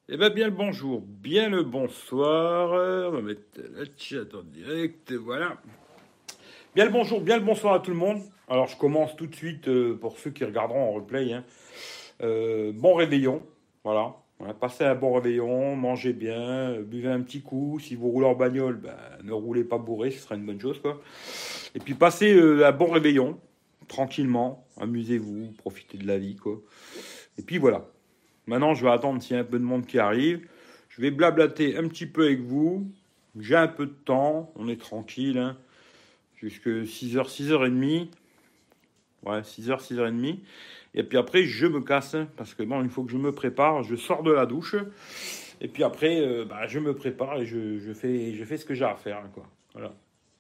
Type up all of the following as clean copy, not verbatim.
Eh bien, bien le bonjour, bien le bonsoir. On va mettre la chat en direct, voilà. Bien le bonjour, bien le bonsoir à tout le monde. Alors, je commence tout de suite pour ceux qui regarderont en replay, hein. Bon réveillon, voilà. Voilà, passez un bon réveillon, mangez bien, buvez un petit coup. Si vous roulez en bagnole, ben, ne roulez pas bourré, ce sera une bonne chose, quoi. Et puis, passez un bon réveillon, tranquillement, amusez-vous, profitez de la vie, quoi. Et puis, voilà. Maintenant, je vais attendre s'il y a un peu de monde qui arrive. Je vais blablater un petit peu avec vous. J'ai un peu de temps. On est tranquille, hein. Jusque 6h, 6h30. Ouais, 6h, 6h30. Et puis après, je me casse. Parce que bon, il faut que je me prépare. Je sors de la douche. Et puis après, je me prépare et je fais ce que j'ai à faire, quoi. Voilà.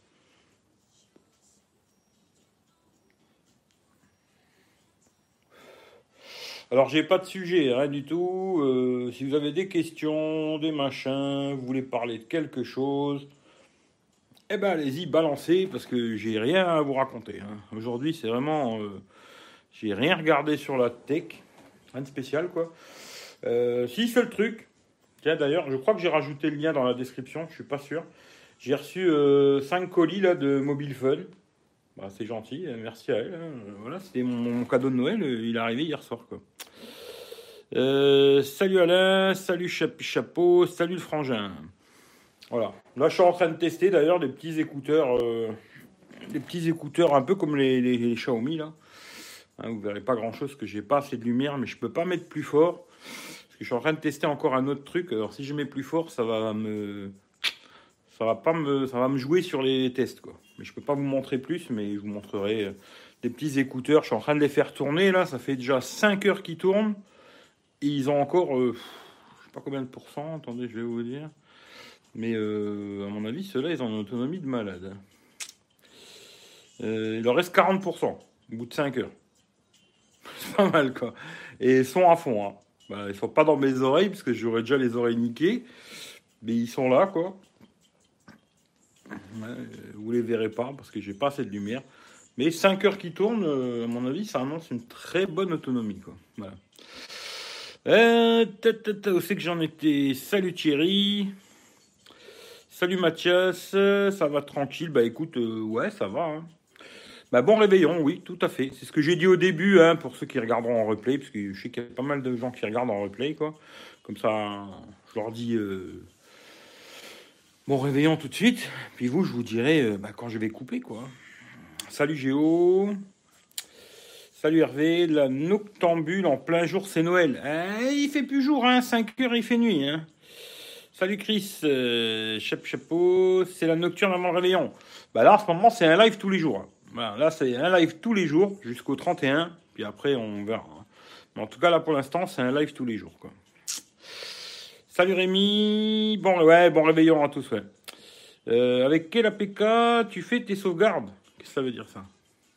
Alors, j'ai pas de sujet, rien du tout. Si vous avez des questions, des machins, vous voulez parler de quelque chose, eh ben allez-y, balancez, parce que j'ai rien à vous raconter, hein. Aujourd'hui, c'est vraiment... j'ai rien regardé sur la tech. Rien de spécial, quoi. Si, seul truc. Tiens, d'ailleurs, je crois que j'ai rajouté le lien dans la description, je suis pas sûr. J'ai reçu 5 colis là, de Mobile Fun. Bah, c'est gentil, merci à elle, hein. Voilà, c'était mon cadeau de Noël, il est arrivé hier soir, quoi. Salut Alain, salut Chapeau, salut le frangin. Voilà. Là, je suis en train de tester d'ailleurs des petits écouteurs un peu comme les Xiaomi là. Hein, vous verrez pas grand chose parce que j'ai pas assez de lumière, mais je peux pas mettre plus fort parce que je suis en train de tester encore un autre truc. Alors si je mets plus fort, ça va me jouer sur les tests, quoi. Mais je peux pas vous montrer plus, mais je vous montrerai des petits écouteurs. Je suis en train de les faire tourner là. Ça fait déjà 5 heures qu'ils tournent et ils ont encore, je sais pas combien de pourcents. Attendez, je vais vous dire. Mais à mon avis, ceux-là, ils ont une autonomie de malade. Il leur reste 40% au bout de 5 heures. C'est pas mal, quoi. Et ils sont à fond, hein. Bah, ils sont pas dans mes oreilles, parce que j'aurais déjà les oreilles niquées. Mais ils sont là, quoi. Ouais, vous les verrez pas, parce que j'ai pas assez de lumière. Mais 5 heures qui tournent, à mon avis, ça annonce une très bonne autonomie, quoi. Voilà. Où c'est que j'en étais? Salut Thierry. Salut Mathias. Ça va tranquille? Bah écoute, ouais, ça va, hein. Bah, bon réveillon, oui, tout à fait. C'est ce que j'ai dit au début, hein, pour ceux qui regarderont en replay, parce que je sais qu'il y a pas mal de gens qui regardent en replay, quoi. Comme ça, je leur dis bon réveillon tout de suite. Puis vous, je vous dirai quand je vais couper, quoi. Salut Géo. Salut Hervé. La noctambule en plein jour, c'est Noël. Il fait plus jour, hein. 5 heures, il fait nuit, hein. Salut Chris. Chapeau. C'est la nocturne avant le réveillon. Bah là, en ce moment, c'est un live tous les jours, hein. Voilà, là, c'est un live tous les jours jusqu'au 31. Puis après, on verra, hein. Mais en tout cas, là, pour l'instant, c'est un live tous les jours, quoi. Salut Rémi. Bon, ouais, bon réveillon à tous, ouais. Avec quel APK tu fais tes sauvegardes? Qu'est-ce que ça veut dire, ça?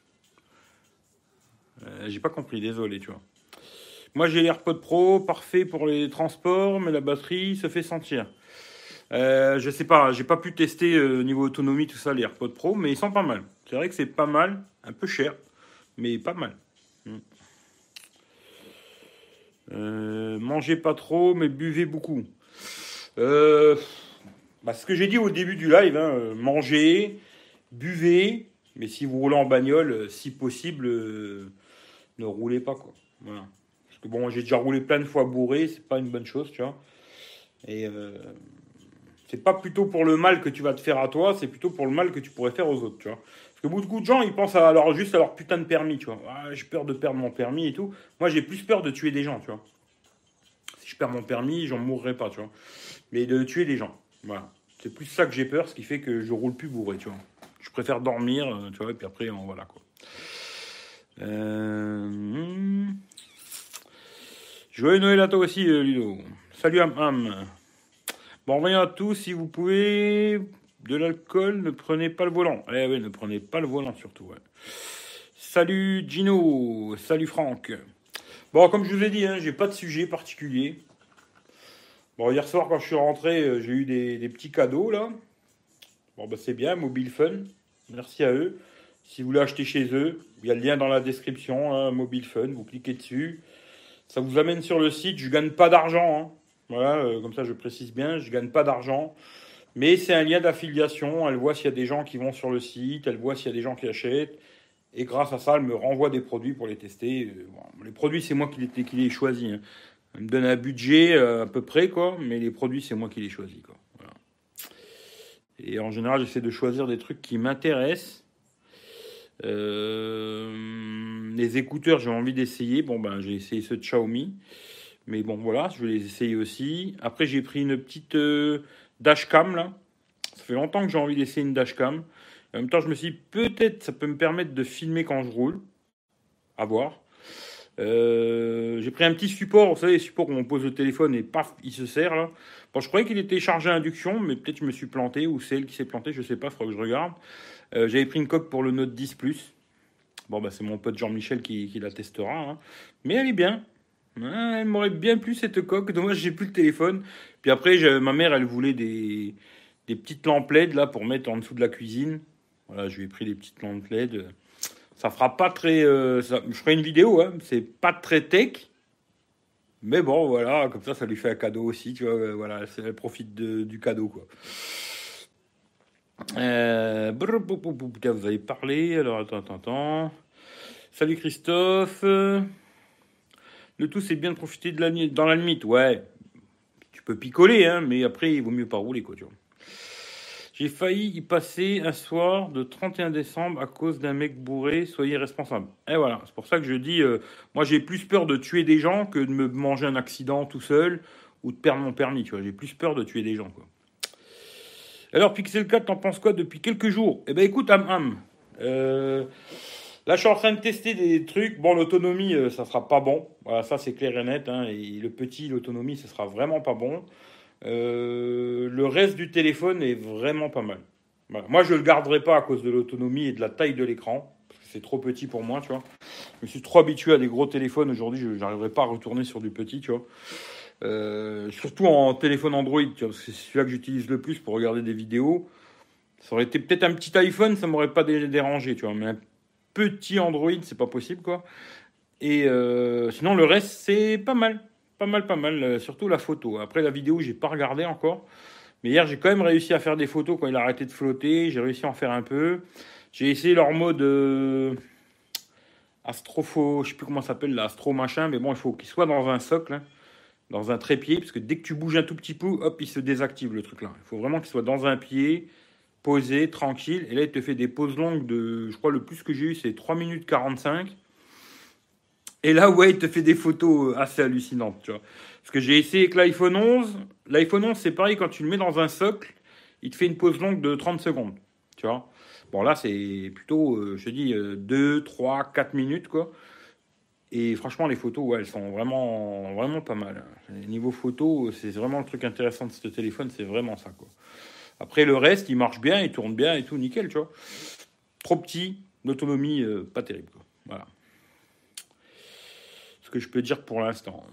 J'ai pas compris, désolé, tu vois. Moi, j'ai l'AirPod Pro, parfait pour les transports, mais la batterie se fait sentir. Je sais pas, j'ai pas pu tester niveau autonomie, tout ça, les AirPods Pro, mais ils sont pas mal. C'est vrai que c'est pas mal, un peu cher, mais pas mal. Mangez pas trop, mais buvez beaucoup. Euh, ce que j'ai dit au début du live, hein, mangez, buvez, mais si vous roulez en bagnole, si possible, ne roulez pas, quoi. Voilà. Parce que bon, j'ai déjà roulé plein de fois bourré, c'est pas une bonne chose, tu vois. Et c'est pas plutôt pour le mal que tu vas te faire à toi, c'est plutôt pour le mal que tu pourrais faire aux autres, tu vois. Parce que beaucoup de gens, ils pensent juste à leur putain de permis, tu vois. Ah, j'ai peur de perdre mon permis et tout. Moi, j'ai plus peur de tuer des gens, tu vois. Si je perds mon permis, j'en mourrai pas, tu vois. Mais de tuer des gens, voilà. C'est plus ça que j'ai peur, ce qui fait que je roule plus bourré, tu vois. Je préfère dormir, tu vois, et puis après, voilà, quoi. Joyeux Noël à toi aussi, Ludo. Salut, Am. Bon, rien à tous, si vous pouvez, de l'alcool, ne prenez pas le volant. Eh oui, ne prenez pas le volant surtout, ouais. Salut Gino, salut Franck. Bon, comme je vous ai dit, hein, j'ai pas de sujet particulier. Bon, hier soir, quand je suis rentré, j'ai eu des petits cadeaux, là. Bon, bah c'est bien, Mobile Fun. Merci à eux. Si vous voulez acheter chez eux, il y a le lien dans la description, hein, Mobile Fun, vous cliquez dessus. Ça vous amène sur le site, je gagne pas d'argent, hein. Voilà, comme ça je précise bien, je gagne pas d'argent. Mais c'est un lien d'affiliation. Elle voit s'il y a des gens qui vont sur le site, elle voit s'il y a des gens qui achètent. Et grâce à ça, elle me renvoie des produits pour les tester. Bon, les produits, c'est moi qui les choisis, hein. Elle me donne un budget à peu près, quoi. Mais les produits, c'est moi qui les choisis, quoi. Voilà. Et en général, j'essaie de choisir des trucs qui m'intéressent. Les écouteurs, j'ai envie d'essayer. Bon, ben, j'ai essayé ceux de Xiaomi. Mais bon, voilà, je vais les essayer aussi. Après, j'ai pris une petite dashcam, là. Ça fait longtemps que j'ai envie d'essayer une dashcam. En même temps, je me suis dit, peut-être ça peut me permettre de filmer quand je roule. À voir. J'ai pris un petit support, vous savez, les supports où on pose le téléphone et paf, il se serre là. Bon, je croyais qu'il était chargé à induction, mais peut-être je me suis planté ou c'est elle qui s'est plantée, je sais pas, il faudra que je regarde. J'avais pris une coque pour le Note 10 Plus. Bon, bah, c'est mon pote Jean-Michel qui la testera, hein. Mais elle est bien. Ouais, elle m'aurait bien plu cette coque. Dommage, j'ai plus le téléphone. Puis après, ma mère, elle voulait des petites lampes LED là pour mettre en dessous de la cuisine. Voilà, je lui ai pris des petites lampes LED. Ça fera pas très. Je ferai une vidéo, hein. C'est pas très tech. Mais bon, voilà, comme ça lui fait un cadeau aussi, tu vois. Voilà, elle profite du cadeau, quoi. Vous avez parlé, alors attends. Salut Christophe. Le tout, c'est bien de profiter dans la limite. Ouais, tu peux picoler, hein, mais après, il vaut mieux pas rouler, quoi, tu vois. J'ai failli y passer un soir de 31 décembre à cause d'un mec bourré, soyez responsable. Et voilà, c'est pour ça que je dis, moi j'ai plus peur de tuer des gens que de me manger un accident tout seul ou de perdre mon permis, tu vois. J'ai plus peur de tuer des gens, quoi. Alors, Pixel 4, t'en penses quoi depuis quelques jours? Eh ben écoute, là, je suis en train de tester des trucs. Bon, l'autonomie, ça sera pas bon. Voilà, ça c'est clair et net, hein. Et le petit, l'autonomie, ça sera vraiment pas bon. Le reste du téléphone est vraiment pas mal. Voilà. Moi, je le garderai pas à cause de l'autonomie et de la taille de l'écran. Parce que c'est trop petit pour moi, tu vois. Je me suis trop habitué à des gros téléphones. Aujourd'hui, je n'arriverai pas à retourner sur du petit, tu vois. Surtout en téléphone Android, tu vois, parce que c'est celui-là que j'utilise le plus pour regarder des vidéos. Ça aurait été peut-être un petit iPhone, ça m'aurait pas dérangé, tu vois. Mais un petit Android, c'est pas possible, quoi. Et sinon, le reste, c'est pas mal. Pas mal. Surtout la photo. Après, la vidéo, j'ai pas regardé encore. Mais hier, j'ai quand même réussi à faire des photos quand il a arrêté de flotter. J'ai réussi à en faire un peu. J'ai essayé leur mode astrofo, je sais plus comment ça s'appelle, là, astro machin. Mais bon, il faut qu'il soit dans un socle, hein, dans un trépied. Parce que dès que tu bouges un tout petit peu, hop, il se désactive le truc là. Il faut vraiment qu'il soit dans un pied, posé, tranquille. Et là, il te fait des pauses longues de, je crois, le plus que j'ai eu, c'est 3 minutes 45. Et là, ouais, il te fait des photos assez hallucinantes, tu vois. Parce que j'ai essayé avec l'iPhone 11. L'iPhone 11, c'est pareil, quand tu le mets dans un socle, il te fait une pause longue de 30 secondes, tu vois. Bon, là, c'est plutôt, je te dis, 2, 3, 4 minutes, quoi. Et franchement, les photos, ouais, elles sont vraiment pas mal, hein. Niveau photo, c'est vraiment le truc intéressant de ce téléphone, c'est vraiment ça, quoi. Après, le reste, il marche bien, il tourne bien et tout, nickel, tu vois. Trop petit, l'autonomie, pas terrible, quoi. Voilà. Ce que je peux dire pour l'instant.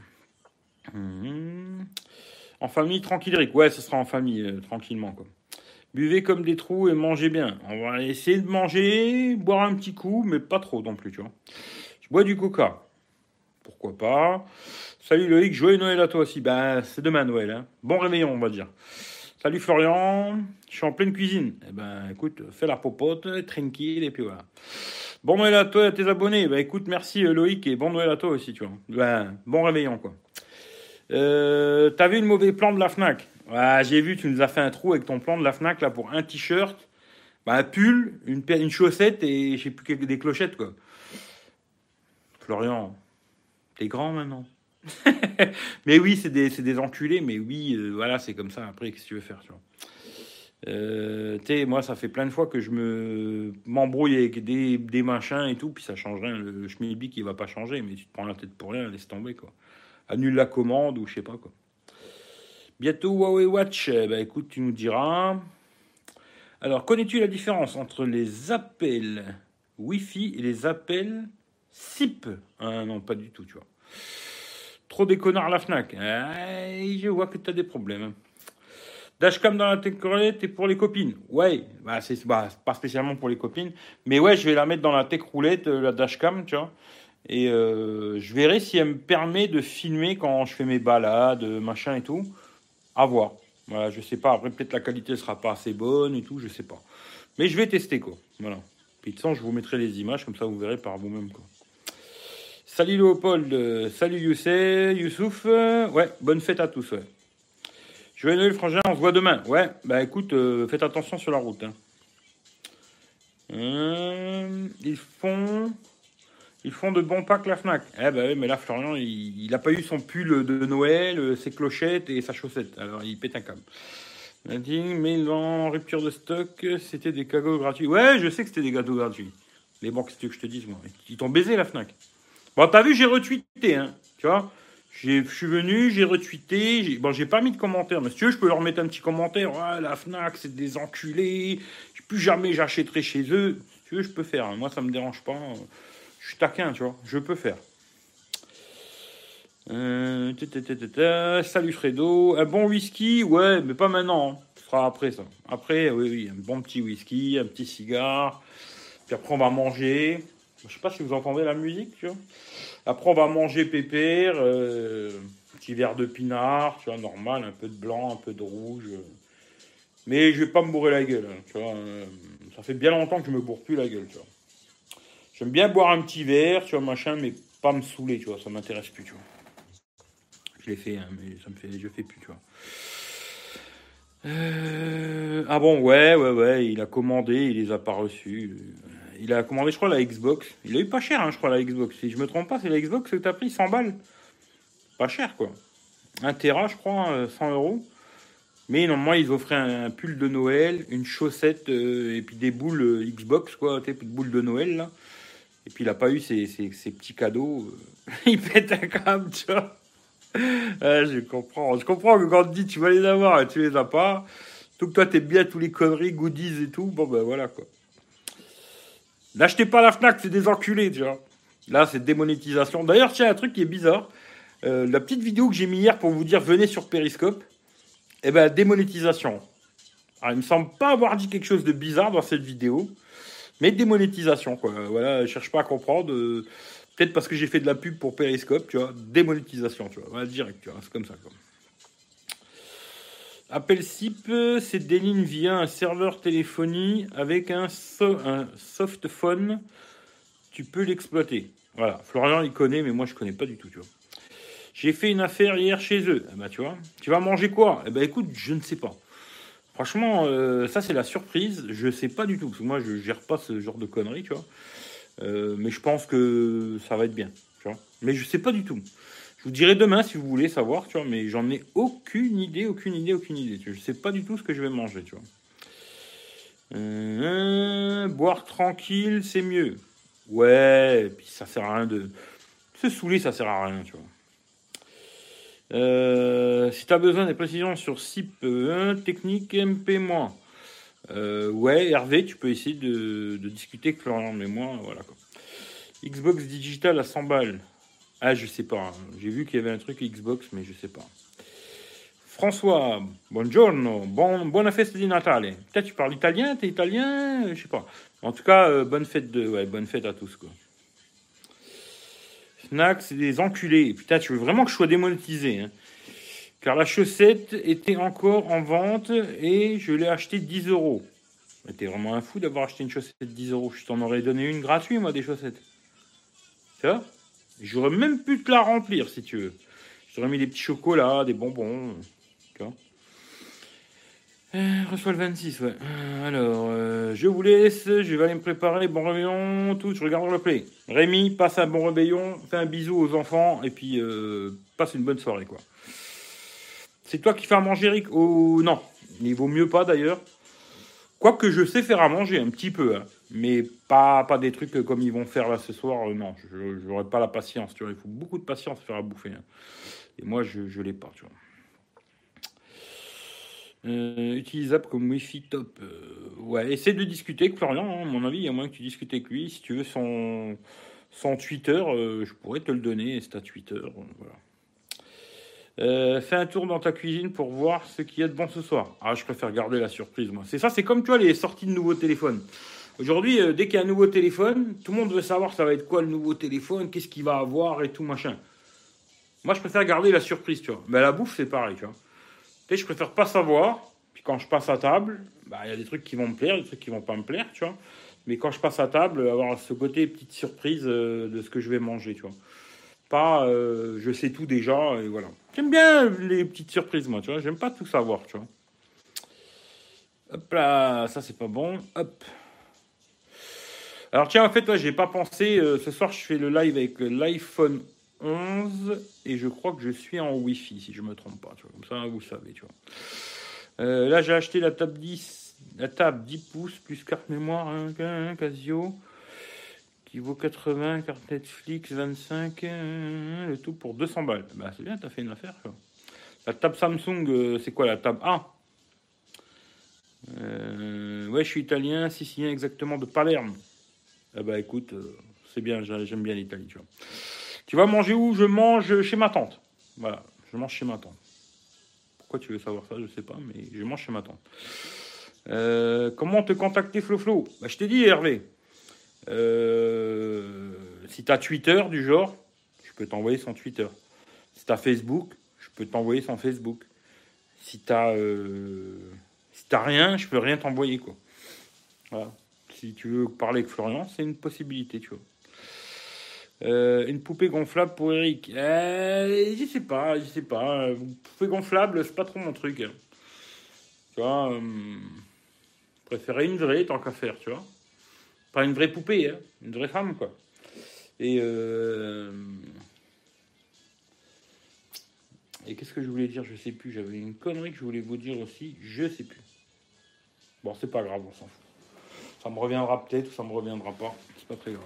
En famille, tranquille, Eric. Ouais, ce sera en famille, tranquillement, quoi. Buvez comme des trous et mangez bien. On va essayer de manger, boire un petit coup, mais pas trop non plus, tu vois. Je bois du coca. Pourquoi pas. Salut Loïc, joyeux Noël à toi aussi. Ben, c'est demain Noël, hein. Bon réveillon, on va dire. Salut Florian, je suis en pleine cuisine. Eh ben, écoute, fais la popote, tranquille, et puis voilà. Bon Noël à toi et à tes abonnés. Ben, écoute, merci Loïc, et bon Noël à toi aussi, tu vois. Ben, bon réveillon, quoi. T'as vu le mauvais plan de la Fnac? Ouais, j'ai vu, tu nous as fait un trou avec ton plan de la Fnac, là, pour un t-shirt, ben, un pull, une chaussette, et je sais plus, des clochettes, quoi. Florian, t'es grand maintenant. Mais oui, c'est des enculés, mais oui, voilà, c'est comme ça. Après, qu'est-ce que tu veux faire, tu vois. Tu sais, moi, ça fait plein de fois que je m'embrouille avec des machins et tout, puis ça change rien. Le schmilblick, il va pas changer, mais tu te prends la tête pour rien, laisse tomber, quoi. Annule la commande ou je sais pas, quoi. Bientôt Huawei Watch, bah écoute, tu nous diras. Alors, connais-tu la différence entre les appels Wi-Fi et les appels SIP? Ah non, pas du tout, tu vois. Trop des connards à la Fnac. Je vois que tu as des problèmes. Dashcam dans la tech-roulette et pour les copines. Ouais, bah c'est pas spécialement pour les copines. Mais ouais, je vais la mettre dans la tech-roulette, la dashcam, tu vois. Et je verrai si elle me permet de filmer quand je fais mes balades, machin et tout. À voir. Voilà, je sais pas. Après, peut-être la qualité sera pas assez bonne et tout, je sais pas. Mais je vais tester, quoi. Voilà. Puis de toute façon, je vous mettrai les images, comme ça vous verrez par vous-même, quoi. Salut Léopold, salut Youssef, Youssouf. Ouais, bonne fête à tous, ouais. Joyeux Frangin, on se voit demain. Ouais, bah écoute, faites attention sur la route. Hein. Ils font. Ils font de bons packs la Fnac. Eh ben oui, mais là, Florian, il a pas eu son pull de Noël, ses clochettes et sa chaussette. Alors, il pète un câble. Mais en rupture de stock, c'était des cadeaux gratuits. Ouais, je sais que c'était des cadeaux gratuits. Mais bon, qu'est-ce que tu veux que je te dise, moi? Ils t'ont baisé, la Fnac. Bon, t'as vu, j'ai retweeté, hein. Tu vois? Je suis venu, j'ai retweeté. Bon, j'ai pas mis de commentaire. Mais si tu veux, je peux leur mettre un petit commentaire. Ouais, la Fnac, c'est des enculés. Plus jamais j'achèterai chez eux. Si tu veux, je peux faire. Hein. Moi, ça me dérange pas. Je suis taquin, tu vois. Je peux faire. Salut Fredo. Un bon whisky, ouais, mais pas maintenant. Hein. Ce sera après ça. Après, oui, un bon petit whisky, un petit cigare. Puis après, on va manger. Je sais pas si vous entendez la musique, tu vois. Après, on va manger pépère. Petit verre de pinard, tu vois, normal. Un peu de blanc, un peu de rouge. Mais je vais pas me bourrer la gueule, hein, tu vois. Ça fait bien longtemps que je me bourre plus la gueule, tu vois. J'aime bien boire un petit verre, tu vois, machin, mais pas me saouler, tu vois. Ça m'intéresse plus, tu vois. Je l'ai fait, hein, mais ça me fait, je fais plus, tu vois. Ah bon, ouais, il a commandé, il les a pas reçus. Il a commandé, je crois, la Xbox. Il a eu pas cher, hein, je crois, la Xbox. Si je me trompe pas, c'est la Xbox que t'as pris 100 balles. Pas cher, quoi. 1 Tera, je crois, 100 euros. Mais normalement, ils offraient un pull de Noël, une chaussette et puis des boules Xbox, quoi, des boules de Noël, là. Et puis, il a pas eu ces petits cadeaux. Il pète un câble, tu vois. Je comprends. Je comprends que quand on te dit tu vas les avoir et tu les as pas, tout que toi t'es bien tous les conneries, goodies et tout, bon ben voilà quoi. N'achetez pas la Fnac, c'est des enculés, tu vois. Là, c'est démonétisation. D'ailleurs, tiens, un truc qui est bizarre. La petite vidéo que j'ai mis hier pour vous dire venez sur Periscope, eh ben démonétisation. Alors, il me semble pas avoir dit quelque chose de bizarre dans cette vidéo, mais démonétisation quoi. Voilà, je cherche pas à comprendre. Peut-être parce que j'ai fait de la pub pour Periscope, tu vois, démonétisation, tu vois, voilà, direct, tu vois, c'est comme ça, quoi. Appel SIP, c'est des lignes via un serveur téléphonie avec un softphone, tu peux l'exploiter. Voilà, Florian, il connaît, mais moi, je connais pas du tout, tu vois. J'ai fait une affaire hier chez eux, ah bah, tu vois. Tu vas manger quoi? Eh ben, écoute, je ne sais pas. Franchement, ça, c'est la surprise, je sais pas du tout, parce que moi, je gère pas ce genre de conneries, tu vois. Mais je pense que ça va être bien, tu vois. Mais je sais pas du tout. Je vous dirai demain si vous voulez savoir, tu vois. Mais j'en ai aucune idée. Tu vois. Je sais pas du tout ce que je vais manger, tu vois. Boire tranquille, c'est mieux. Ouais, et puis ça sert à rien de se saouler, ça sert à rien, tu vois. Si tu as besoin des précisions sur SIP technique MP-, ouais, Hervé, tu peux essayer de discuter avec Florian, mais moi, voilà quoi. Xbox Digital à 100 balles. Ah, je sais pas. Hein. J'ai vu qu'il y avait un truc Xbox, mais je sais pas. François, buongiorno, buona festa di Natale. Peut-être tu parles italien, t'es italien, je sais pas. En tout cas, bonne fête à tous quoi. Fnac, c'est des enculés. Putain, tu veux vraiment que je sois démonétisé, hein. Car la chaussette était encore en vente et je l'ai acheté 10 euros. T'es vraiment un fou d'avoir acheté une chaussette 10 euros. Je t'en aurais donné une gratuite, moi, des chaussettes. Tu vois? J'aurais même pu te la remplir, si tu veux. J'aurais mis des petits chocolats, des bonbons. Tu vois? Reçois le 26, ouais. Alors, je vous laisse. Je vais aller me préparer. Bon réveillon, tout. Je regarde le play. Rémi, passe un bon réveillon. Fais un bisou aux enfants. Et puis, passe une bonne soirée, quoi. C'est toi qui fais à manger, Eric? Oh, non. Il vaut mieux pas, d'ailleurs. Quoique je sais faire à manger, un petit peu. Hein. Mais pas des trucs comme ils vont faire là ce soir. Non, je n'aurai pas la patience. Tu vois, il faut beaucoup de patience pour faire à bouffer. Hein. Et moi, je l'ai pas, tu vois. Utilisable comme Wi-Fi top. Ouais, essaie de discuter avec Florian. Hein, à mon avis, il y a moyen que tu discutes avec lui. Si tu veux son Twitter, je pourrais te le donner. C'est à Twitter. Voilà. Fais un tour dans ta cuisine pour voir ce qu'il y a de bon ce soir. Ah, je préfère garder la surprise, moi. C'est ça, c'est comme, tu vois, les sorties de nouveaux téléphones. Aujourd'hui, dès qu'il y a un nouveau téléphone, tout le monde veut savoir ça va être quoi le nouveau téléphone, qu'est-ce qu'il va avoir et tout machin. Moi, je préfère garder la surprise, tu vois. Mais la bouffe, c'est pareil, tu vois. Tu sais, je préfère pas savoir. Puis quand je passe à table, bah, il y a des trucs qui vont me plaire, des trucs qui vont pas me plaire, tu vois. Mais quand je passe à table, avoir ce côté petite surprise de ce que je vais manger, tu vois. Pas, je sais tout déjà, et voilà. J'aime bien les petites surprises, moi, tu vois. J'aime pas tout savoir, tu vois. Hop là, ça c'est pas bon. Hop. Alors tiens, en fait, moi, j'ai pas pensé. Ce soir, je fais le live avec l'iPhone 11 et je crois que je suis en Wi-Fi, si je me trompe pas. Tu vois, comme ça, vous savez, tu vois. Là, j'ai acheté la table 10 pouces plus carte mémoire, Casio, qui vaut 80, carte Netflix 25, le tout pour 200 balles. Bah, c'est bien, t'as fait une affaire, quoi. La table Samsung, c'est quoi la table A? Ouais, je suis italien, sicilien exactement de Palerme. Ah bah écoute, c'est bien, j'aime bien l'Italie, tu vois. Tu vas manger où? Je mange chez ma tante. Voilà, je mange chez ma tante. Pourquoi tu veux savoir ça? Je sais pas, mais je mange chez ma tante. Comment te contacter, Flo? Bah, je t'ai dit, Hervé. Si tu as Twitter du genre, je peux t'envoyer son Twitter. Si tu as Facebook, je peux t'envoyer son Facebook. Si tu as rien, je peux rien t'envoyer, quoi. Voilà. Si tu veux parler avec Florian, c'est une possibilité, tu vois. Une poupée gonflable pour Eric. Je sais pas. Poupée gonflable, c'est pas trop mon truc, hein. Tu vois, je préférais une vraie tant qu'à faire, tu vois. Pas une vraie poupée, hein. Une vraie femme, quoi. Et qu'est-ce que je voulais dire? Je sais plus. J'avais une connerie que je voulais vous dire aussi. Je sais plus. Bon, c'est pas grave, on s'en fout. Ça me reviendra peut-être ou ça me reviendra pas. C'est pas très grave.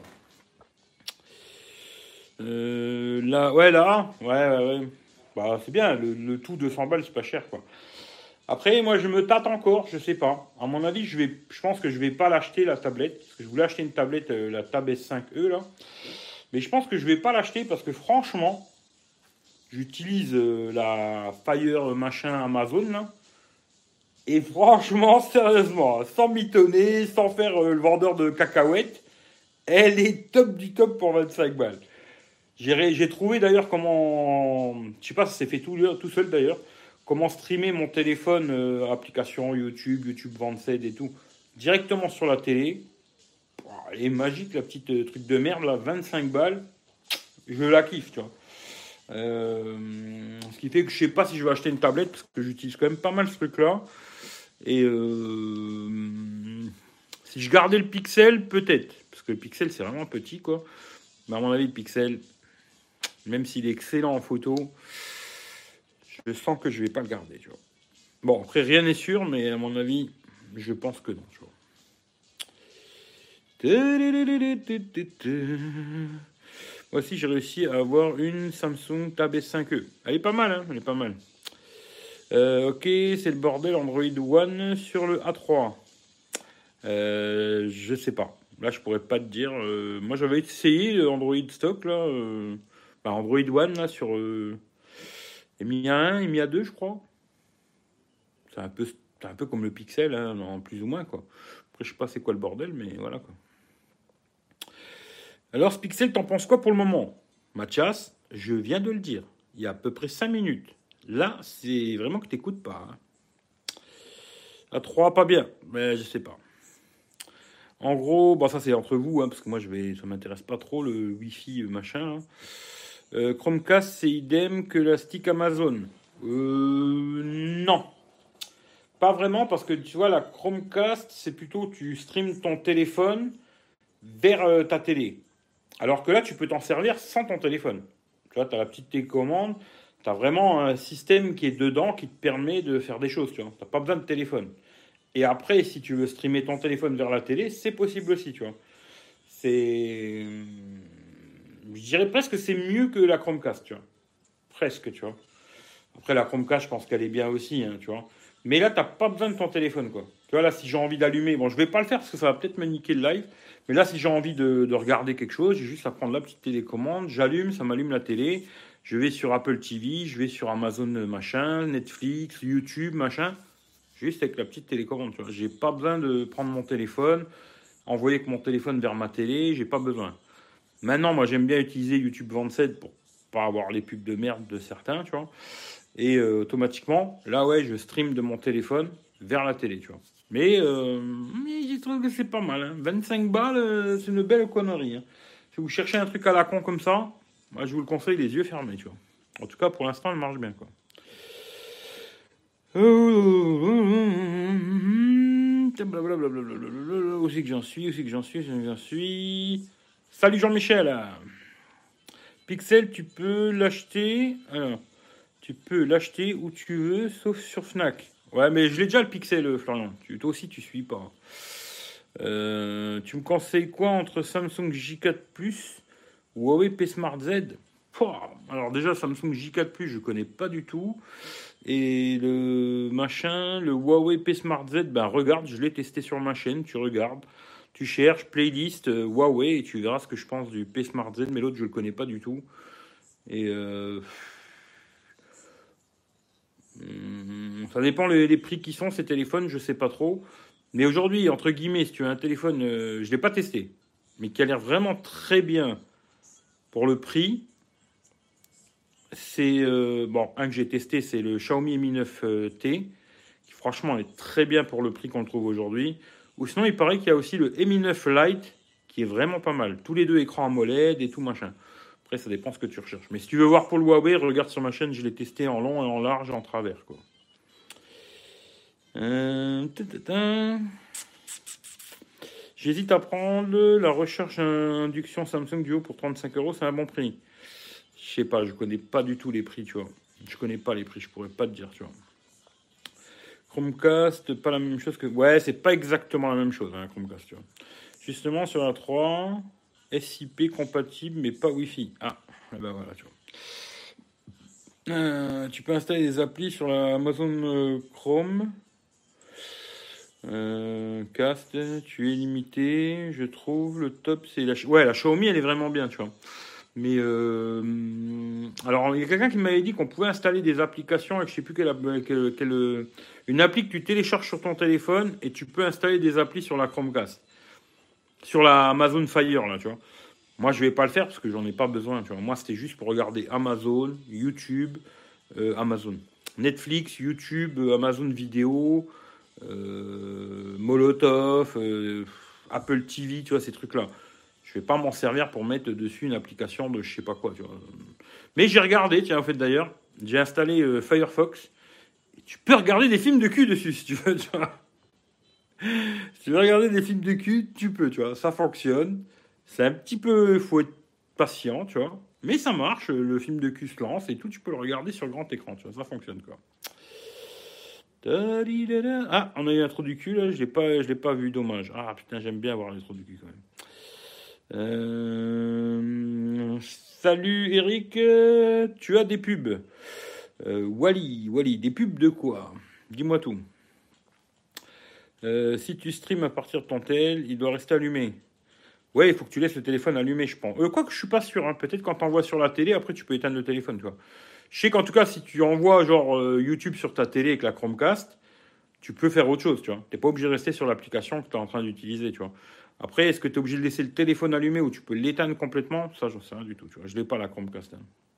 Là, ouais. Bah, c'est bien, le tout 200 balles, c'est pas cher, quoi. Après, moi, je me tâte encore, je sais pas. À mon avis, je pense que je vais pas l'acheter, la tablette. Parce que je voulais acheter une tablette, la Tab S5e, là. Mais je pense que je vais pas l'acheter parce que, franchement, j'utilise la Fire machin Amazon, là. Et franchement, sérieusement, sans mitonner, sans faire le vendeur de cacahuètes, elle est top du top pour 25 balles. J'ai trouvé d'ailleurs comment, je sais pas si c'est fait tout seul d'ailleurs, comment streamer mon téléphone, application YouTube, YouTube Vanced et tout, directement sur la télé. Elle est magique, la petite truc de merde, là, 25 balles, je la kiffe, tu vois. Ce qui fait que je sais pas si je vais acheter une tablette, parce que j'utilise quand même pas mal ce truc-là. Et si je gardais le Pixel, peut-être, parce que le Pixel c'est vraiment petit, quoi. Mais à mon avis, le Pixel, même s'il est excellent en photo, je sens que je vais pas le garder, tu vois. Bon, après, rien n'est sûr, mais à mon avis, je pense que non, tu vois. Moi aussi, j'ai réussi à avoir une Samsung Tab S5e. Elle est pas mal, hein, elle est pas mal. Ok, c'est le bordel Android One sur le A3. Je sais pas. Là, je pourrais pas te dire. Moi, j'avais essayé Android stock, là. Android One, là, sur EMIA 1, EMIA 2, je crois. C'est un peu comme le Pixel, hein, en plus ou moins, quoi. Après, je sais pas c'est quoi le bordel, mais voilà, quoi. Alors, ce Pixel, t'en penses quoi pour le moment? Mathias, je viens de le dire. Il y a à peu près 5 minutes. Là, c'est vraiment que t'écoutes pas, hein. A3, pas bien. Mais je sais pas. En gros, ça c'est entre vous, hein, parce que moi ça m'intéresse pas trop le Wi-Fi machin, hein. Chromecast, c'est idem que la stick Amazon. Non, pas vraiment, parce que tu vois, la Chromecast, c'est plutôt tu streams ton téléphone vers ta télé. Alors que là, tu peux t'en servir sans ton téléphone. Tu vois, tu as la petite télécommande, tu as vraiment un système qui est dedans qui te permet de faire des choses, tu vois. Tu n'as pas besoin de téléphone. Et après, si tu veux streamer ton téléphone vers la télé, c'est possible aussi, tu vois. Je dirais presque que c'est mieux que la Chromecast, tu vois. Presque, tu vois. Après, la Chromecast, je pense qu'elle est bien aussi, hein, tu vois. Mais là, t'as pas besoin de ton téléphone, quoi. Tu vois, là, si j'ai envie d'allumer, bon, je vais pas le faire parce que ça va peut-être me niquer le live. Mais là, si j'ai envie de regarder quelque chose, j'ai juste à prendre la petite télécommande, j'allume, ça m'allume la télé. Je vais sur Apple TV, je vais sur Amazon machin, Netflix, YouTube machin. Juste avec la petite télécommande, tu vois. J'ai pas besoin de prendre mon téléphone. envoyer avec mon téléphone vers ma télé, j'ai pas besoin. Maintenant, moi, j'aime bien utiliser YouTube 27 pour pas avoir les pubs de merde de certains, tu vois. Et automatiquement, là, ouais, je stream de mon téléphone vers la télé, tu vois. Mais je trouve que c'est pas mal. Hein. 25 balles, c'est une belle connerie. Hein. Si vous cherchez un truc à la con comme ça, moi, je vous le conseille les yeux fermés, tu vois. En tout cas, pour l'instant, elle marche bien, quoi. Où c'est que j'en suis? Où c'est que j'en suis? Où c'est que j'en suis? Salut Jean-Michel. Pixel, tu peux l'acheter. Alors, tu peux l'acheter où tu veux, sauf sur Fnac. Ouais, mais je l'ai déjà le Pixel, Florian. Toi aussi, tu suis pas. Tu me conseilles quoi entre Samsung J4 Plus ou Huawei P Smart Z? Pouah, alors déjà, Samsung J4 Plus, je connais pas du tout. Et le machin, le Huawei P Smart Z, ben regarde, je l'ai testé sur ma chaîne, tu regardes. Tu cherches playlist Huawei et tu verras ce que je pense du P Smart Z, mais l'autre, je le connais pas du tout. Et ça dépend les prix qui sont ces téléphones, je sais pas trop. Mais aujourd'hui, entre guillemets, si tu as un téléphone, je l'ai pas testé, mais qui a l'air vraiment très bien pour le prix, c'est bon, un que j'ai testé, c'est le Xiaomi Mi 9T, qui franchement est très bien pour le prix qu'on le trouve aujourd'hui. Ou sinon, il paraît qu'il y a aussi le Mi 9 Lite, qui est vraiment pas mal. Tous les deux écrans AMOLED et tout machin. Après, ça dépend ce que tu recherches. Mais si tu veux voir pour le Huawei, regarde sur ma chaîne, je l'ai testé en long et en large et en travers, quoi. J'hésite à prendre la recherche induction Samsung Duo pour 35 euros, c'est un bon prix. Je sais pas, je connais pas du tout les prix, tu vois. Je connais pas les prix, je pourrais pas te dire, tu vois. Chromecast, pas la même chose que. Ouais, c'est pas exactement la même chose, hein, Chromecast, tu vois. Justement, sur la 3, SIP compatible, mais pas Wi-Fi. Ah, ben voilà, tu vois. Tu peux installer des applis sur la Amazon Chrome. Cast, tu es limité, je trouve. Le top, c'est la. Ouais, la Xiaomi, elle est vraiment bien, tu vois. Mais alors, il y a quelqu'un qui m'avait dit qu'on pouvait installer des applications avec je sais plus une appli que tu télécharges sur ton téléphone et tu peux installer des applis sur la Chromecast, sur la Amazon Fire, là, tu vois. Moi, je vais pas le faire parce que j'en ai pas besoin, tu vois. Moi, c'était juste pour regarder Amazon, YouTube, Amazon, Netflix, YouTube, Amazon Vidéo, Molotov, Apple TV, tu vois, ces trucs-là. Je vais pas m'en servir pour mettre dessus une application de je sais pas quoi, tu vois. Mais j'ai regardé, tiens, en fait, d'ailleurs, j'ai installé Firefox. Et tu peux regarder des films de cul dessus, si tu veux, tu vois. Si tu veux regarder des films de cul, tu peux, tu vois. Ça fonctionne. C'est un petit peu... faut être patient, tu vois. Mais ça marche, le film de cul se lance et tout, tu peux le regarder sur le grand écran, tu vois. Ça fonctionne, quoi. Ah, on a eu l'intro du cul, là. Je l'ai pas vu, dommage. Ah, putain, j'aime bien avoir l'intro du cul, quand même. Salut Eric, tu as des pubs. Wally, des pubs de quoi? Dis-moi tout. Si tu streams à partir de ton tel, il doit rester allumé. Ouais, il faut que tu laisses le téléphone allumé, je pense. Quoi que je suis pas sûr, hein. Peut-être quand t'envoies sur la télé, après tu peux éteindre le téléphone, tu vois. Je sais qu'en tout cas, si tu envoies genre YouTube sur ta télé avec la Chromecast, tu peux faire autre chose, tu vois. T'es pas obligé de rester sur l'application que tu es en train d'utiliser, tu vois. Après, est-ce que tu es obligé de laisser le téléphone allumé ou tu peux l'éteindre complètement? Ça, j'en sais rien du tout, tu vois. Je l'ai pas la Chromecast.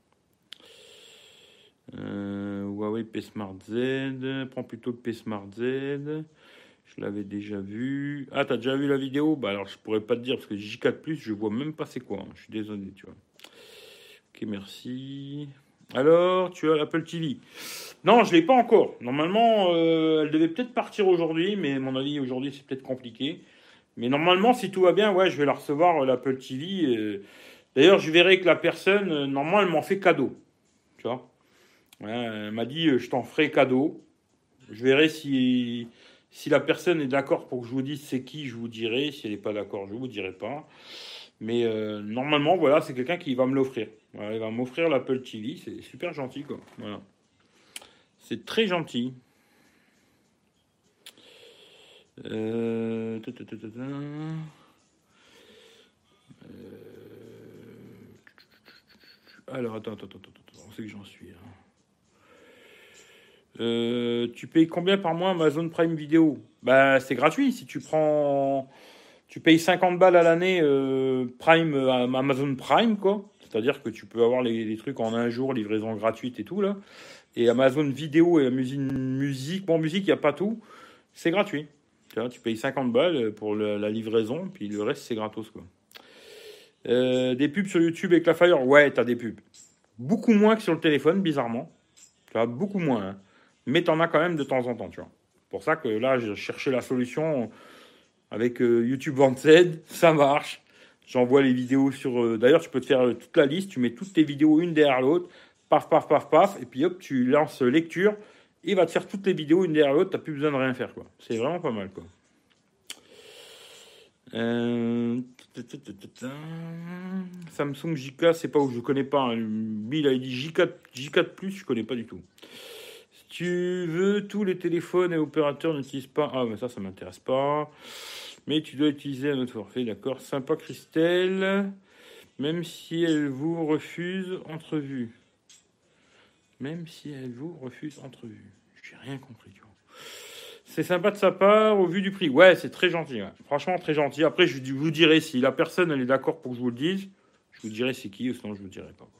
Huawei P Smart Z, prends plutôt le P Smart Z. Je l'avais déjà vu. Ah, t'as déjà vu la vidéo? Bah alors, je pourrais pas te dire parce que J4+, je vois même pas c'est quoi. Hein. Je suis désolé, tu vois. Ok, merci. Alors, tu as l'Apple TV? Non, je l'ai pas encore. Normalement, elle devait peut-être partir aujourd'hui, mais à mon avis, aujourd'hui, c'est peut-être compliqué. Mais normalement, si tout va bien, ouais, je vais la recevoir, l'Apple TV. D'ailleurs, je verrai que la personne, normalement, elle m'en fait cadeau. Tu vois? Ouais, elle m'a dit, je t'en ferai cadeau. Je verrai si la personne est d'accord pour que je vous dise c'est qui, je vous dirai. Si elle n'est pas d'accord, je vous dirai pas. Mais normalement, voilà, c'est quelqu'un qui va me l'offrir. Voilà, il va m'offrir l'Apple TV. C'est super gentil, quoi. Voilà. C'est très gentil. Euh... Alors, attends, on sait que j'en suis. Tu payes combien par mois Amazon Prime Video? Bah, c'est gratuit si tu prends Tu payes 50 balles à l'année Prime, Amazon Prime, quoi. C'est-à-dire que tu peux avoir les trucs en un jour, livraison gratuite et tout, là. Et Amazon Vidéo et musique. Bon, musique, il n'y a pas tout. C'est gratuit. Tu vois, tu payes 50 balles pour la livraison, puis le reste, c'est gratos, quoi. Des pubs sur YouTube avec la Fire. Ouais, t'as des pubs. Beaucoup moins que sur le téléphone, bizarrement. Tu vois, beaucoup moins. Hein. Mais t'en as quand même de temps en temps, tu vois. C'est pour ça que là, j'ai cherché la solution avec YouTube Vanced. Ça marche. J'envoie les vidéos sur... D'ailleurs, tu peux te faire toute la liste. Tu mets toutes tes vidéos une derrière l'autre. Paf, paf, paf, paf. Et puis hop, tu lances lecture. Il va te faire toutes les vidéos une derrière l'autre. T'as plus besoin de rien faire, quoi. C'est vraiment pas mal, quoi. Euh... Samsung JK, c'est pas où je connais pas. Hein. Bill a dit J4 je connais pas du tout. Si tu veux, tous les téléphones et opérateurs n'utilisent pas. Ah, mais ça m'intéresse pas. Mais tu dois utiliser un autre forfait, d'accord. Sympa Christelle, même si elle vous refuse entrevue. Même si elle vous refuse entrevue. J'ai rien compris, tu vois. C'est sympa de sa part au vu du prix. Ouais, c'est très gentil. Ouais. Franchement, très gentil. Après, je vous dirai si la personne elle est d'accord pour que je vous le dise. Je vous dirai c'est qui, sinon je vous dirai pas.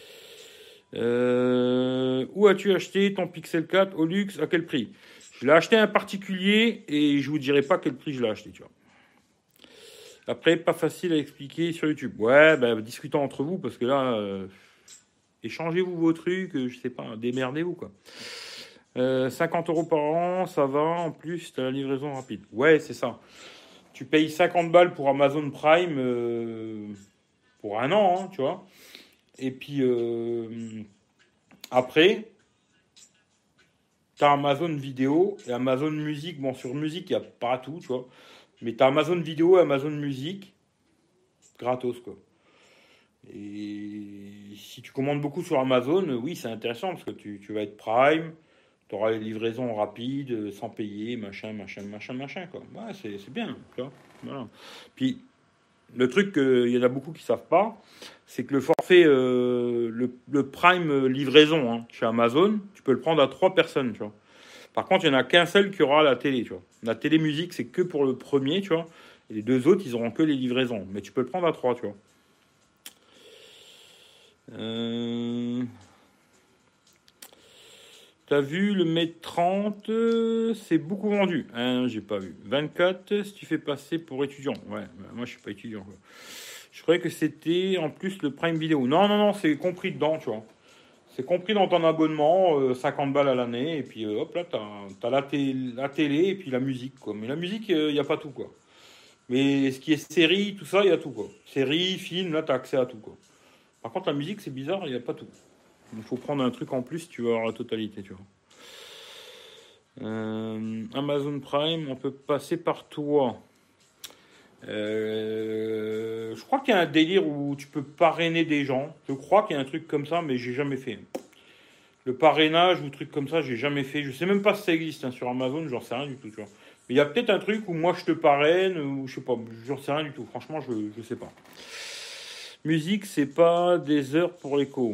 Où as-tu acheté ton Pixel 4 au luxe? À quel prix? Je l'ai acheté à un particulier et je vous dirai pas quel prix je l'ai acheté, tu vois. Après, pas facile à expliquer sur YouTube. Ouais, bah, discutons entre vous parce que là, échangez-vous vos trucs, je sais pas, démerdez-vous quoi. 50 € par an, ça va. En plus, tu as la livraison rapide. Ouais, c'est ça. Tu payes 50 balles pour Amazon Prime pour un an, hein, tu vois. Et puis après, tu as Amazon Vidéo et Amazon Musique. Bon, sur musique, il n'y a pas tout, tu vois. Mais tu as Amazon Vidéo et Amazon Musique gratos, quoi. Et si tu commandes beaucoup sur Amazon, oui, c'est intéressant parce que tu vas être Prime. Tu auras les livraisons rapides, sans payer, machin, quoi. Ouais, c'est bien, tu vois. Voilà. Puis, le truc qu'il y en a beaucoup qui savent pas, c'est que le forfait, le Prime livraison hein, chez Amazon, tu peux le prendre à 3 personnes, tu vois. Par contre, il n'y en a qu'un seul qui aura la télé, tu vois. La télé musique, c'est que pour le premier, tu vois. Et les deux autres, ils auront que les livraisons. Mais tu peux le prendre à 3, tu vois. T'as vu le Mate 30, c'est beaucoup vendu. Hein, j'ai pas vu. 24, si tu fais passer pour étudiant. Ouais, bah, moi je suis pas étudiant. Quoi. Je croyais que c'était en plus le Prime Vidéo. Non, c'est compris dedans, tu vois. C'est compris dans ton abonnement, 50 balles à l'année. Et puis hop là, t'as la télé et puis la musique, quoi. Mais la musique, il n'y a pas tout, quoi. Mais ce qui est série, tout ça, il y a tout, quoi. Série, film, là, t'as accès à tout, quoi. Par contre, la musique, c'est bizarre, il n'y a pas tout. Il faut prendre un truc en plus si tu veux avoir la totalité, tu vois. Amazon Prime, on peut passer par toi. Je crois qu'il y a un délire où tu peux parrainer des gens. Je crois qu'il y a un truc comme ça, mais j'ai jamais fait. Le parrainage ou truc comme ça, j'ai jamais fait. Je sais même pas si ça existe hein, sur Amazon, j'en sais rien du tout, tu vois. Mais il y a peut-être un truc où moi je te parraine, ou je sais pas, j'en sais rien du tout. Franchement, je sais pas. Musique, c'est pas des heures pour l'écho.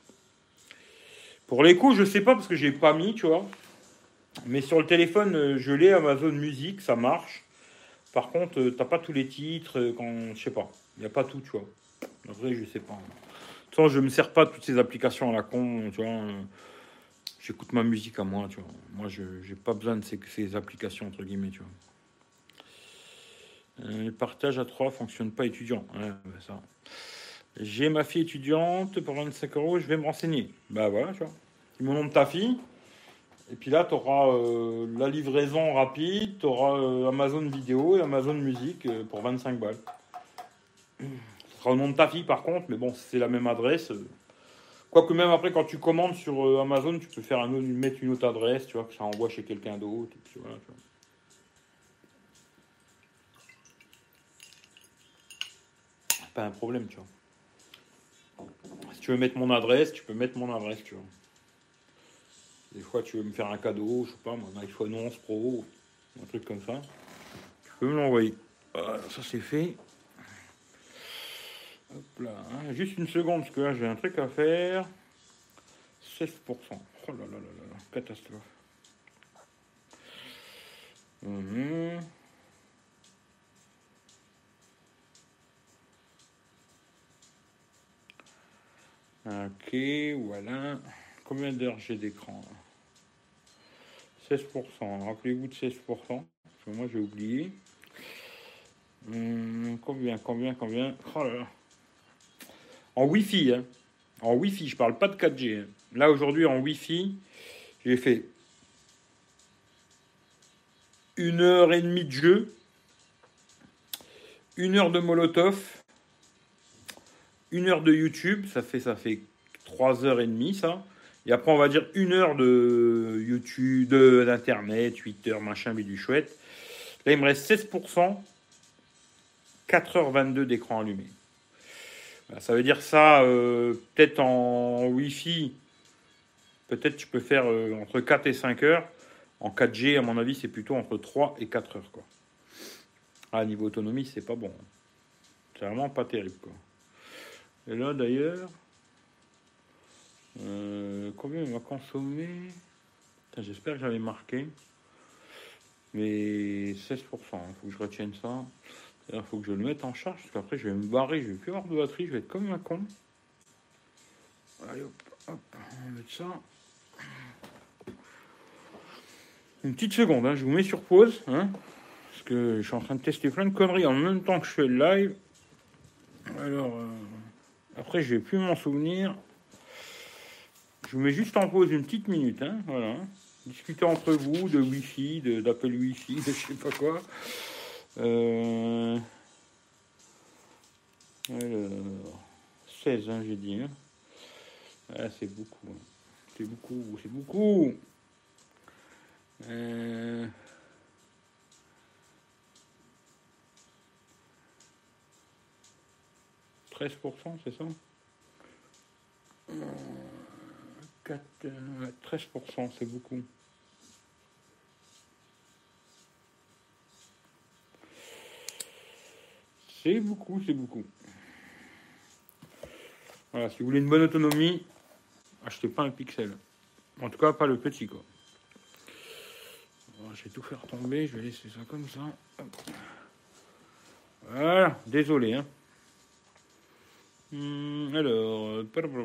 Pour l'écho, je sais pas parce que j'ai pas mis, tu vois. Mais sur le téléphone, je l'ai Amazon Music, ça marche. Par contre, t'as pas tous les titres, quand je sais pas. Il n'y a pas tout, tu vois. En vrai, je sais pas. De toute façon, je me sers pas de toutes ces applications à la con, tu vois. J'écoute ma musique à moi, tu vois. Moi, je j'ai pas besoin de ces applications, entre guillemets, tu vois. Le partage à 3 fonctionne pas étudiant. Ouais, bah ça. J'ai ma fille étudiante pour 25 €, je vais me renseigner. Bah voilà, tu vois. Ils me montrent ta fille. Et puis là, tu auras la livraison rapide, tu auras Amazon Vidéo et Amazon Musique pour 25 balles. Ce sera au nom de ta fille par contre, mais bon, c'est la même adresse. Quoique même après, quand tu commandes sur Amazon, tu peux faire mettre une autre adresse, tu vois, que ça envoie chez quelqu'un d'autre. Et puis voilà, tu vois. C'est pas un problème, tu vois. Si tu veux mettre mon adresse, tu peux mettre mon adresse, tu vois. Des fois, tu veux me faire un cadeau, je sais pas, mon iPhone 11 Pro, un truc comme ça. Tu peux me l'envoyer. Voilà, ça c'est fait. Hop là, hein, juste une seconde, parce que là j'ai un truc à faire. 16%. Oh là là là là, catastrophe. Ok, voilà. Combien d'heures j'ai d'écran là? 16%. Rappelez-vous de 16%. Parce que moi j'ai oublié. Combien? Oh là là. En Wi-Fi, hein. En Wi-Fi, je parle pas de 4G, hein. Là aujourd'hui en Wi-Fi, j'ai fait 1 heure et demie de jeu, 1 heure de Molotov, 1 heure de YouTube, ça fait 3 heures et demie ça. Et après on va dire 1 heure de YouTube, d'internet, 8 heures, machin, mais du chouette. Là il me reste 16%, 4h22 d'écran allumé. Voilà, ça veut dire ça, peut-être en Wi-Fi, peut-être tu peux faire entre 4 et 5 heures. En 4G, à mon avis, c'est plutôt entre 3 et 4 heures, quoi. Ah, niveau autonomie, c'est pas bon. C'est vraiment pas terrible, quoi. Et là, d'ailleurs, combien il va consommer? Putain, j'espère que j'avais marqué. Mais 16%, il faut que je retienne ça. Il faut que je le mette en charge, parce qu'après, je vais me barrer, je vais plus avoir de batterie, je vais être comme un con. Allez, hop, hop, on va mettre ça. Une petite seconde, hein, je vous mets sur pause, hein, parce que je suis en train de tester plein de conneries en même temps que je fais le live. Alors, après, je vais plus m'en souvenir. Je vous mets juste en pause une petite minute, hein, voilà. Discutez entre vous de Wi-Fi, d'Apple Wi-Fi, de je sais pas quoi. Alors, 16, hein, j'ai dit. Hein. Ah, c'est beaucoup. Hein. C'est beaucoup, c'est beaucoup. 13%, c'est ça? 4, 13%, c'est beaucoup. C'est beaucoup, c'est beaucoup. Voilà, si vous voulez une bonne autonomie, achetez pas un Pixel. En tout cas, pas le petit, quoi. Bon, je vais tout faire tomber, je vais laisser ça comme ça. Hop. Voilà, désolé. Hein. Alors,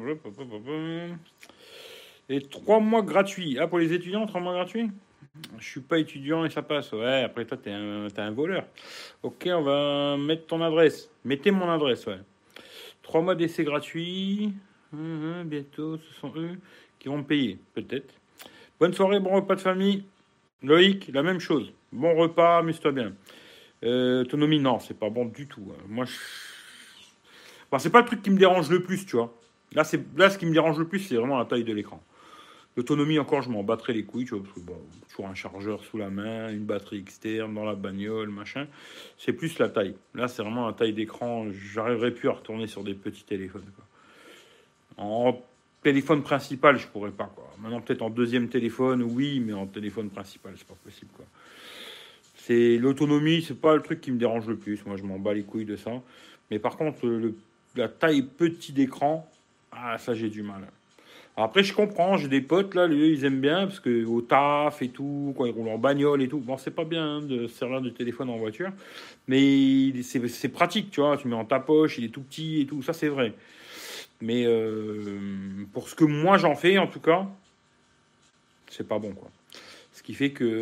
et 3 mois gratuits. Ah, pour les étudiants, 3 mois gratuits? Je suis pas étudiant et ça passe. Ouais, après toi, t'es un voleur. Ok, on va mettre ton adresse. Mettez mon adresse, ouais. 3 mois d'essai gratuit. Bientôt, ce sont eux qui vont me payer, peut-être. Bonne soirée, bon repas de famille. Loïc, la même chose. Bon repas, amuse-toi bien. Autonomie, non, c'est pas bon du tout. Moi, enfin, c'est pas le truc qui me dérange le plus, tu vois. Là, ce qui me dérange le plus, c'est vraiment la taille de l'écran. L'autonomie, encore, je m'en battrais les couilles, tu vois, parce que bon, toujours un chargeur sous la main, une batterie externe dans la bagnole, machin. C'est plus la taille. Là, c'est vraiment la taille d'écran. J'arriverai plus à retourner sur des petits téléphones, quoi. En téléphone principal, je pourrais pas, quoi. Maintenant, peut-être en deuxième téléphone, oui, mais en téléphone principal, c'est pas possible, quoi. C'est l'autonomie, c'est pas le truc qui me dérange le plus. Moi, je m'en bats les couilles de ça. Mais par contre, la taille petit d'écran, ah, ça, j'ai du mal. Après, je comprends, j'ai des potes là, ils aiment bien parce que au taf et tout, quand ils roulent en bagnole et tout. Bon, c'est pas bien hein, de se servir de téléphone en voiture, mais c'est pratique, tu vois. Tu mets en ta poche, il est tout petit et tout, ça c'est vrai. Mais pour ce que moi j'en fais, en tout cas, c'est pas bon quoi. Ce qui fait que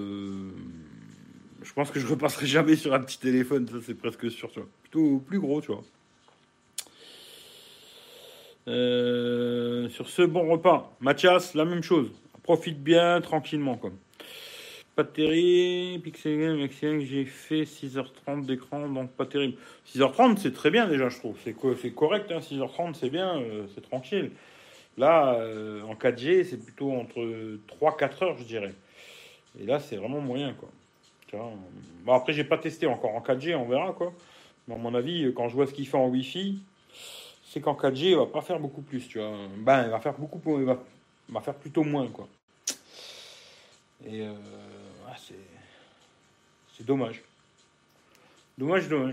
je pense que je repasserai jamais sur un petit téléphone, ça c'est presque sûr, tu vois. Plutôt plus gros, tu vois. Sur ce bon repas, Mathias, la même chose. Profite bien, tranquillement, quoi. Pas terrible. Pixel Game Maximum, j'ai fait 6h30 d'écran, donc pas terrible. 6h30, c'est très bien déjà, je trouve. C'est correct, hein, 6h30, c'est bien, c'est tranquille. Là, en 4G, c'est plutôt entre 3-4 heures, je dirais. Et là, c'est vraiment moyen, quoi. Tu vois, bon, après, j'ai pas testé encore en 4G, on verra, quoi. Mais à mon avis, quand je vois ce qu'il fait en Wi-Fi, c'est qu'en 4G, il va pas faire beaucoup plus, tu vois. Ben, il va faire beaucoup, il va faire plutôt moins, quoi. Et ouais, c'est dommage. Dommage, dommage.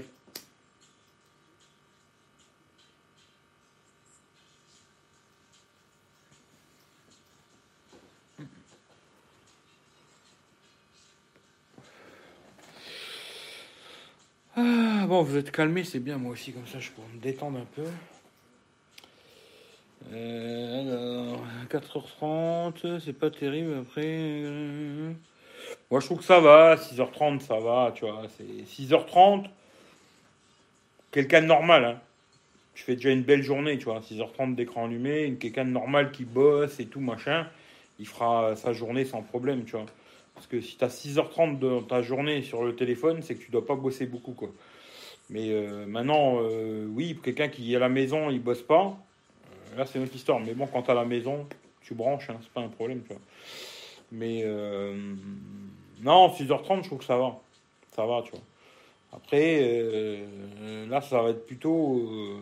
Ah, bon, vous êtes calmé, c'est bien, moi aussi, comme ça, je pourrais me détendre un peu. Alors, 4h30, c'est pas terrible après. Moi, je trouve que ça va. 6h30, ça va, tu vois. C'est 6h30, quelqu'un de normal, hein. Je fais déjà une belle journée, tu vois. 6h30 d'écran allumé, quelqu'un de normal qui bosse et tout, machin, il fera sa journée sans problème, tu vois. Parce que si tu as 6h30 dans ta journée sur le téléphone, c'est que tu dois pas bosser beaucoup, quoi. Mais maintenant, oui, quelqu'un qui est à la maison, il bosse pas, là, c'est une autre histoire. Mais bon, quand tu à la maison, tu branches, hein, c'est pas un problème, tu vois. Mais non, 6h30, je trouve que ça va. Ça va, tu vois. Après, là, ça va être plutôt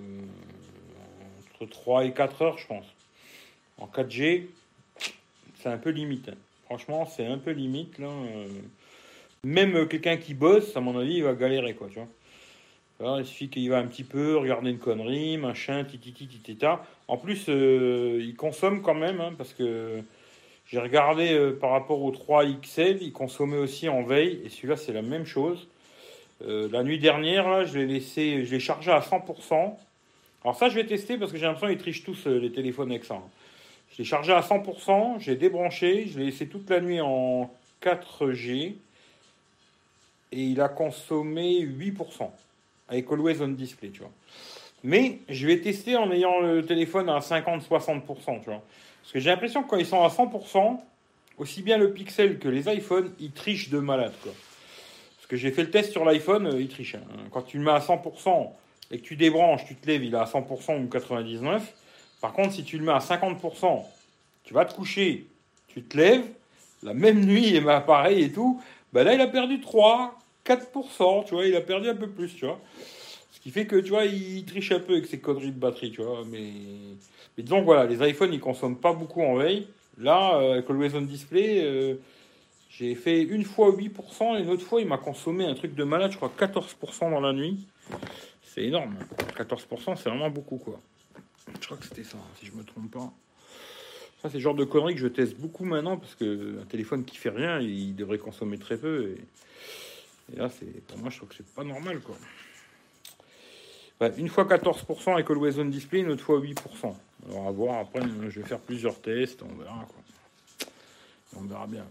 entre 3 et 4 heures, je pense. En 4G, c'est un peu limite, hein. Franchement, c'est un peu limite, là. Même quelqu'un qui bosse, à mon avis, il va galérer, quoi, tu vois. Alors, il suffit qu'il va un petit peu regarder une connerie, machin, tititi, titita. En plus, il consomme quand même, hein, parce que j'ai regardé par rapport au 3 XL, il consommait aussi en veille, et celui-là, c'est la même chose. La nuit dernière, là, je l'ai chargé à 100%. Alors ça, je vais tester parce que j'ai l'impression qu'ils trichent tous les téléphones avec ça, hein. Je l'ai chargé à 100%, j'ai débranché, je l'ai laissé toute la nuit en 4G et il a consommé 8% avec Always On Display, tu vois. Mais je vais tester en ayant le téléphone à 50-60%, tu vois. Parce que j'ai l'impression que quand ils sont à 100%, aussi bien le Pixel que les iPhones, ils trichent de malade, quoi. Parce que j'ai fait le test sur l'iPhone, il triche, hein. Quand tu le mets à 100% et que tu débranches, tu te lèves, il est à 100% ou 99%. Par contre, si tu le mets à 50%, tu vas te coucher, tu te lèves, la même nuit, et bah pareil et tout, bah là, il a perdu 3-4%, tu vois, il a perdu un peu plus, tu vois. Ce qui fait que, tu vois, il triche un peu avec ses conneries de batterie, tu vois. Mais disons que voilà, les iPhones, ils consomment pas beaucoup en veille. Là, avec le Always On Display, j'ai fait une fois 8%, et une autre fois, il m'a consommé un truc de malade, je crois 14% dans la nuit. C'est énorme. 14%, c'est vraiment beaucoup, quoi. Je crois que c'était ça, si je me trompe pas. Ça, c'est le genre de conneries que je teste beaucoup maintenant, parce qu'un téléphone qui fait rien, il devrait consommer très peu. Et là, pour moi, je trouve que c'est pas normal, quoi. Ouais, une fois 14% avec Always On Display, une autre fois 8%. Alors, à voir, après, je vais faire plusieurs tests, on verra, quoi. On verra bien.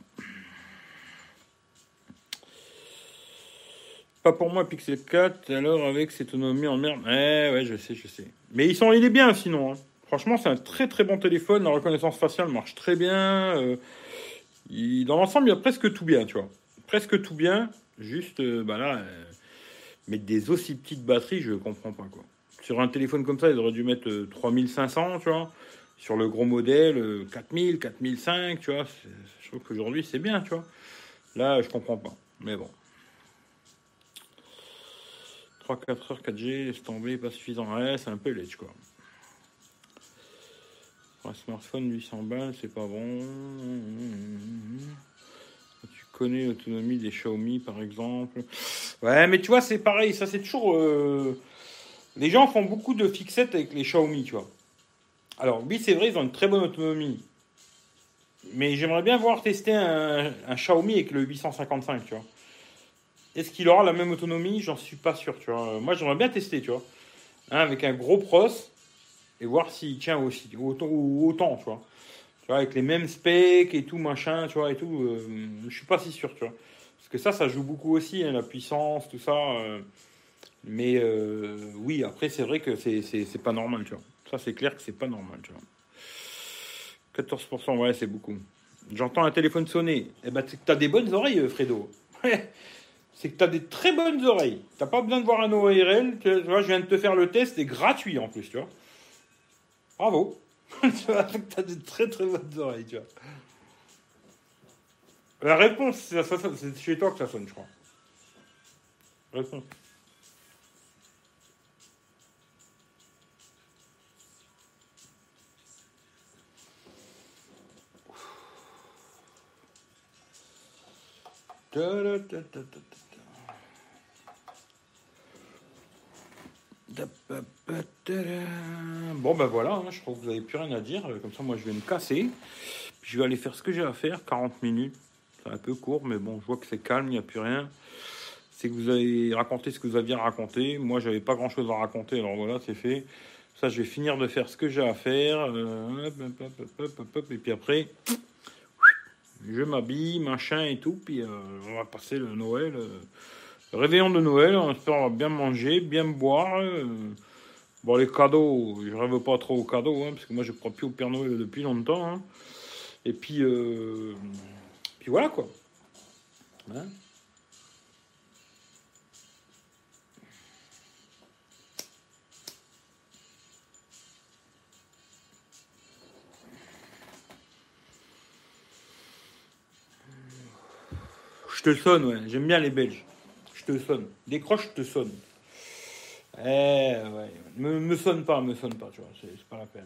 Pas pour moi, Pixel 4, alors avec cette autonomie en merde. Ouais, je sais, je sais. Mais il est bien, sinon, hein. Franchement, c'est un très très bon téléphone. La reconnaissance faciale marche très bien. Dans l'ensemble, il y a presque tout bien, tu vois. Presque tout bien. Juste, bah là, mettre des aussi petites batteries, je comprends pas, quoi. Sur un téléphone comme ça, ils auraient dû mettre 3500, tu vois. Sur le gros modèle, 4000, 4005, tu vois. Je trouve qu'aujourd'hui, c'est bien, tu vois. Là, je comprends pas. Mais bon. 3-4 heures 4G, laisse tomber, pas suffisant. Ouais, c'est un peu lèche, quoi. Pour un smartphone, 800 balles, c'est pas bon. Tu connais l'autonomie des Xiaomi, par exemple. Ouais, mais tu vois, c'est pareil. Ça, c'est toujours... Les gens font beaucoup de fixettes avec les Xiaomi, tu vois. Alors, oui, c'est vrai, ils ont une très bonne autonomie. Mais j'aimerais bien voir tester un Xiaomi avec le 855, tu vois. Est-ce qu'il aura la même autonomie? J'en suis pas sûr, tu vois. Moi, j'aimerais bien tester, tu vois. Hein, avec un gros pros et voir s'il tient aussi autant, tu vois. Tu vois, avec les mêmes specs et tout, machin, tu vois, et tout. Je suis pas si sûr, tu vois. Parce que ça joue beaucoup aussi, hein, la puissance, tout ça. Mais oui, après, c'est vrai que c'est pas normal, tu vois. Ça, c'est clair que c'est pas normal, tu vois. 14%, ouais, c'est beaucoup. J'entends un téléphone sonner. Eh ben, c'est que t'as des bonnes oreilles, Fredo. Ouais, c'est que t'as des très bonnes oreilles. T'as pas besoin de voir un ORL. Tu vois, je viens de te faire le test, c'est gratuit en plus, tu vois. Bravo. Tu vois, t'as des très très bonnes oreilles, tu vois. La réponse, c'est chez toi que ça sonne, je crois. Réponse. Bon ben voilà, hein, je crois que vous n'avez plus rien à dire. Comme ça, moi, je vais me casser. Puis je vais aller faire ce que j'ai à faire. 40 minutes. C'est un peu court, mais bon, je vois que c'est calme, il n'y a plus rien. C'est que vous avez raconté ce que vous aviez à raconter. Moi, j'avais pas grand-chose à raconter, alors voilà, c'est fait. Ça, je vais finir de faire ce que j'ai à faire. Et puis après, je m'habille, machin et tout. Puis on va passer le Noël. Le réveillon de Noël. On espère bien manger, bien boire. Bon, les cadeaux, je rêve pas trop aux cadeaux. Parce que moi, je crois plus au Père Noël depuis longtemps. Et puis voilà quoi. Hein. Je te sonne, ouais. J'aime bien les Belges. Je te sonne. Décroche, je te sonne. Ouais. Me sonne pas, tu vois. C'est pas la peine.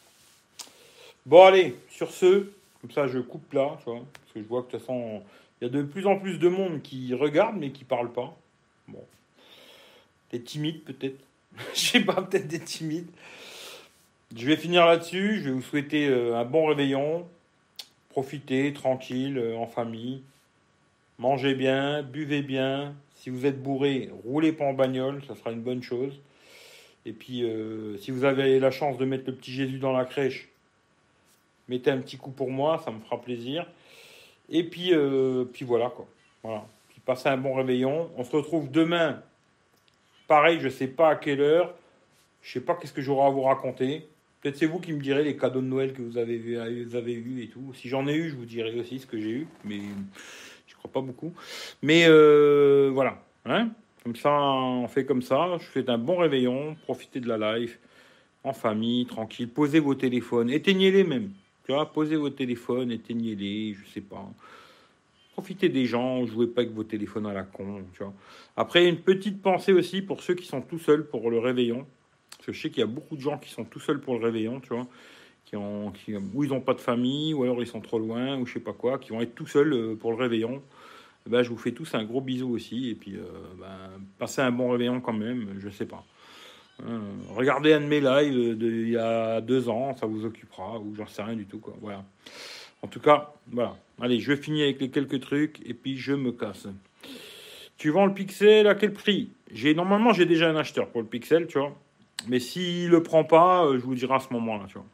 Bon, allez, sur ce, comme ça, je coupe là, tu vois. Parce que je vois que de toute façon, il y a de plus en plus de monde qui regarde, mais qui parle pas. Bon. T'es timide, peut-être. Je sais pas, peut-être des timides. Je vais finir là-dessus. Je vais vous souhaiter un bon réveillon. Profitez, tranquille, en famille. Mangez bien, buvez bien. Si vous êtes bourré, roulez pas en bagnole, ça sera une bonne chose. Et puis, si vous avez la chance de mettre le petit Jésus dans la crèche, mettez un petit coup pour moi, ça me fera plaisir. Et puis voilà quoi. Voilà. Puis passez un bon réveillon. On se retrouve demain. Pareil, je sais pas à quelle heure. Je sais pas qu'est-ce que j'aurai à vous raconter. Peut-être c'est vous qui me direz les cadeaux de Noël que vous avez eu et tout. Si j'en ai eu, je vous dirai aussi ce que j'ai eu. Mais je crois pas beaucoup. Mais voilà. Hein, comme ça, on fait comme ça. Je vous souhaite un bon réveillon. Profitez de la life. En famille, tranquille. Posez vos téléphones. Éteignez-les même. Tu vois, posez vos téléphones, éteignez-les. Je sais pas. Profitez des gens. Jouez pas avec vos téléphones à la con. Tu vois. Après, une petite pensée aussi pour ceux qui sont tout seuls pour le réveillon. Parce que je sais qu'il y a beaucoup de gens qui sont tout seuls pour le réveillon, tu vois. Ou ils n'ont pas de famille, ou alors ils sont trop loin, ou je sais pas quoi, qui vont être tout seuls pour le réveillon. Ben, je vous fais tous un gros bisou aussi. Et puis, passez un bon réveillon quand même, je sais pas. Regardez un de mes lives d'il y a 2 ans, ça vous occupera, ou j'en sais rien du tout, quoi. Voilà. En tout cas, voilà. Allez, je finis avec les quelques trucs, et puis je me casse. Tu vends le Pixel à quel prix? Normalement, j'ai déjà un acheteur pour le Pixel, tu vois. Mais s'il le prend pas, je vous dirai à ce moment-là, tu vois.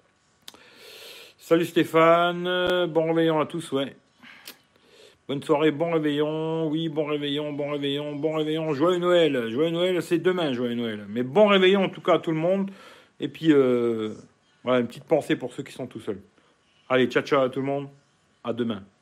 Salut Stéphane, bon réveillon à tous, ouais. Bonne soirée, bon réveillon, oui, bon réveillon, bon réveillon, bon réveillon, joyeux Noël, c'est demain, joyeux Noël. Mais bon réveillon en tout cas à tout le monde. Et puis, voilà, une petite pensée pour ceux qui sont tout seuls. Allez, ciao, ciao à tout le monde, à demain.